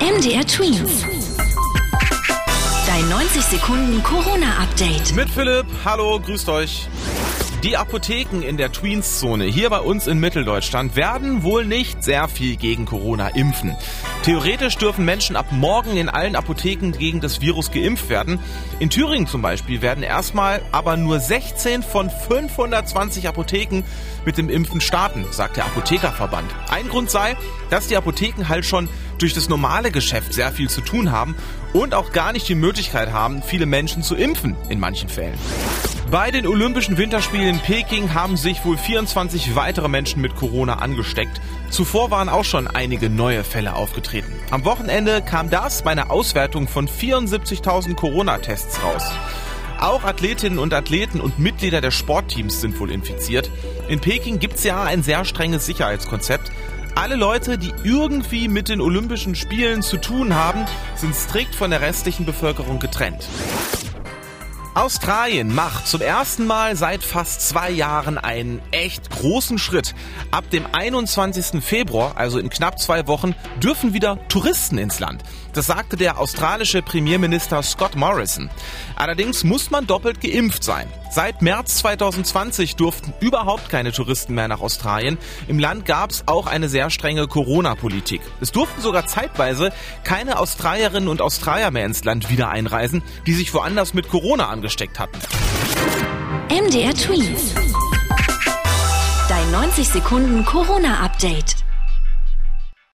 MDR Twins. Dein 90 Sekunden Corona-Update. Mit Philipp, hallo, grüßt euch. Die Apotheken in der Tweens-Zone hier bei uns in Mitteldeutschland werden wohl nicht sehr viel gegen Corona impfen. Theoretisch dürfen Menschen ab morgen in allen Apotheken gegen das Virus geimpft werden. In Thüringen zum Beispiel werden erstmal aber nur 16 von 520 Apotheken mit dem Impfen starten, sagt der Apothekerverband. Ein Grund sei, dass die Apotheken halt schon durch das normale Geschäft sehr viel zu tun haben und auch gar nicht die Möglichkeit haben, viele Menschen zu impfen in manchen Fällen. Bei den Olympischen Winterspielen in Peking haben sich wohl 24 weitere Menschen mit Corona angesteckt. Zuvor waren auch schon einige neue Fälle aufgetreten. Am Wochenende kam das bei einer Auswertung von 74.000 Corona-Tests raus. Auch Athletinnen und Athleten und Mitglieder der Sportteams sind wohl infiziert. In Peking gibt's ja ein sehr strenges Sicherheitskonzept. Alle Leute, die irgendwie mit den Olympischen Spielen zu tun haben, sind strikt von der restlichen Bevölkerung getrennt. Australien macht zum ersten Mal seit fast 2 Jahren einen echt großen Schritt. Ab dem 21. Februar, also in knapp 2 Wochen, dürfen wieder Touristen ins Land. Das sagte der australische Premierminister Scott Morrison. Allerdings muss man doppelt geimpft sein. Seit März 2020 durften überhaupt keine Touristen mehr nach Australien. Im Land gab es auch eine sehr strenge Corona-Politik. Es durften sogar zeitweise keine Australierinnen und Australier mehr ins Land wieder einreisen, die sich woanders mit Corona angesteckt hatten. MDR Twins. Dein 90 Sekunden Corona-Update.